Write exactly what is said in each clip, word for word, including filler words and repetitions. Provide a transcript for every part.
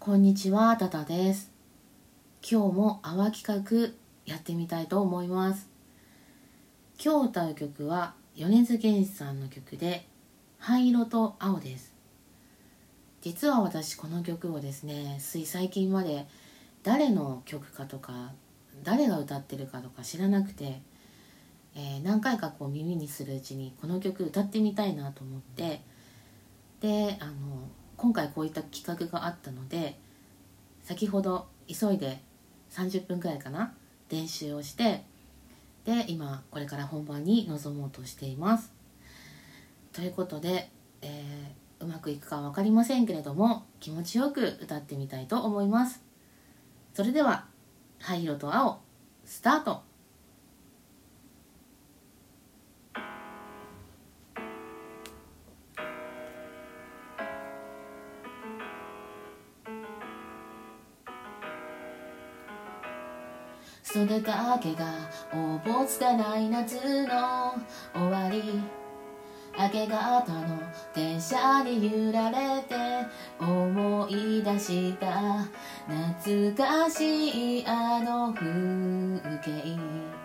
こんにちは、タタです。今日も泡企画やってみたいと思います。今日歌う曲は米津玄師さんの曲で灰色と青です。実は私この曲をですね、つい最近まで誰の曲かとか誰が歌ってるかとか知らなくて、えー、何回かこう耳にするうちにこの曲歌ってみたいなと思って、であの今回こういった企画があったので、先ほど急いでさんじゅっぷんくらいかな練習をして、で今これから本番に臨もうとしています。ということで、えー、うまくいくか分かりませんけれども、気持ちよく歌ってみたいと思います。それでは灰色と青スタート。それだけがおぼつかない夏の終わり、明け方の電車に揺られて思い出した懐かしいあの風景、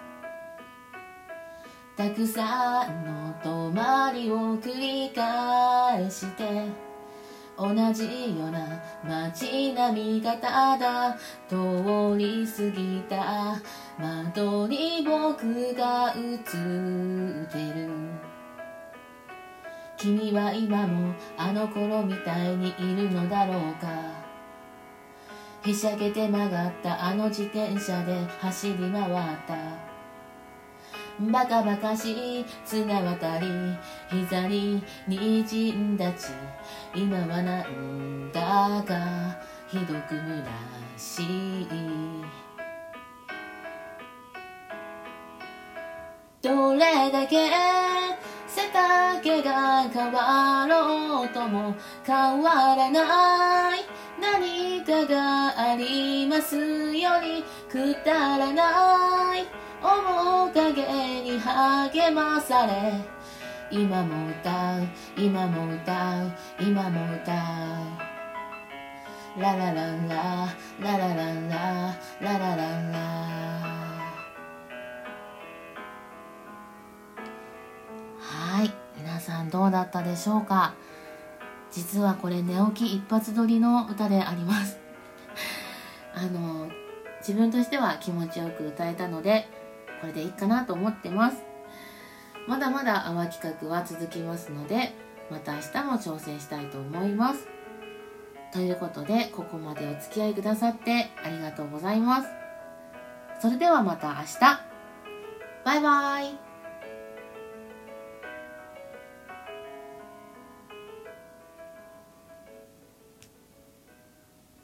たくさんの泊まりを繰り返して同じような街並みがただ通り過ぎた窓に僕が映ってる。君は今もあの頃みたいにいるのだろうか。ひしゃげて曲がったあの自転車で走り回った。バカバカしい綱渡り、膝に滲んだ血、今はなんだかひどく虚しい。どれだけ背丈が変わろうとも変わらない何かがありますよりくだらない面影に励まされ、今も歌う今も歌う今も歌う、ララランラララランラララランラ。はい、皆さんどうだったでしょうか。実はこれ寝起き一発撮りの歌でありますあの自分としては気持ちよく歌えたのでこれでいいかなと思ってます。まだまだ泡企画は続きますので、また明日も挑戦したいと思います。ということで、ここまでお付き合いくださってありがとうございます。それではまた明日。バイバイ。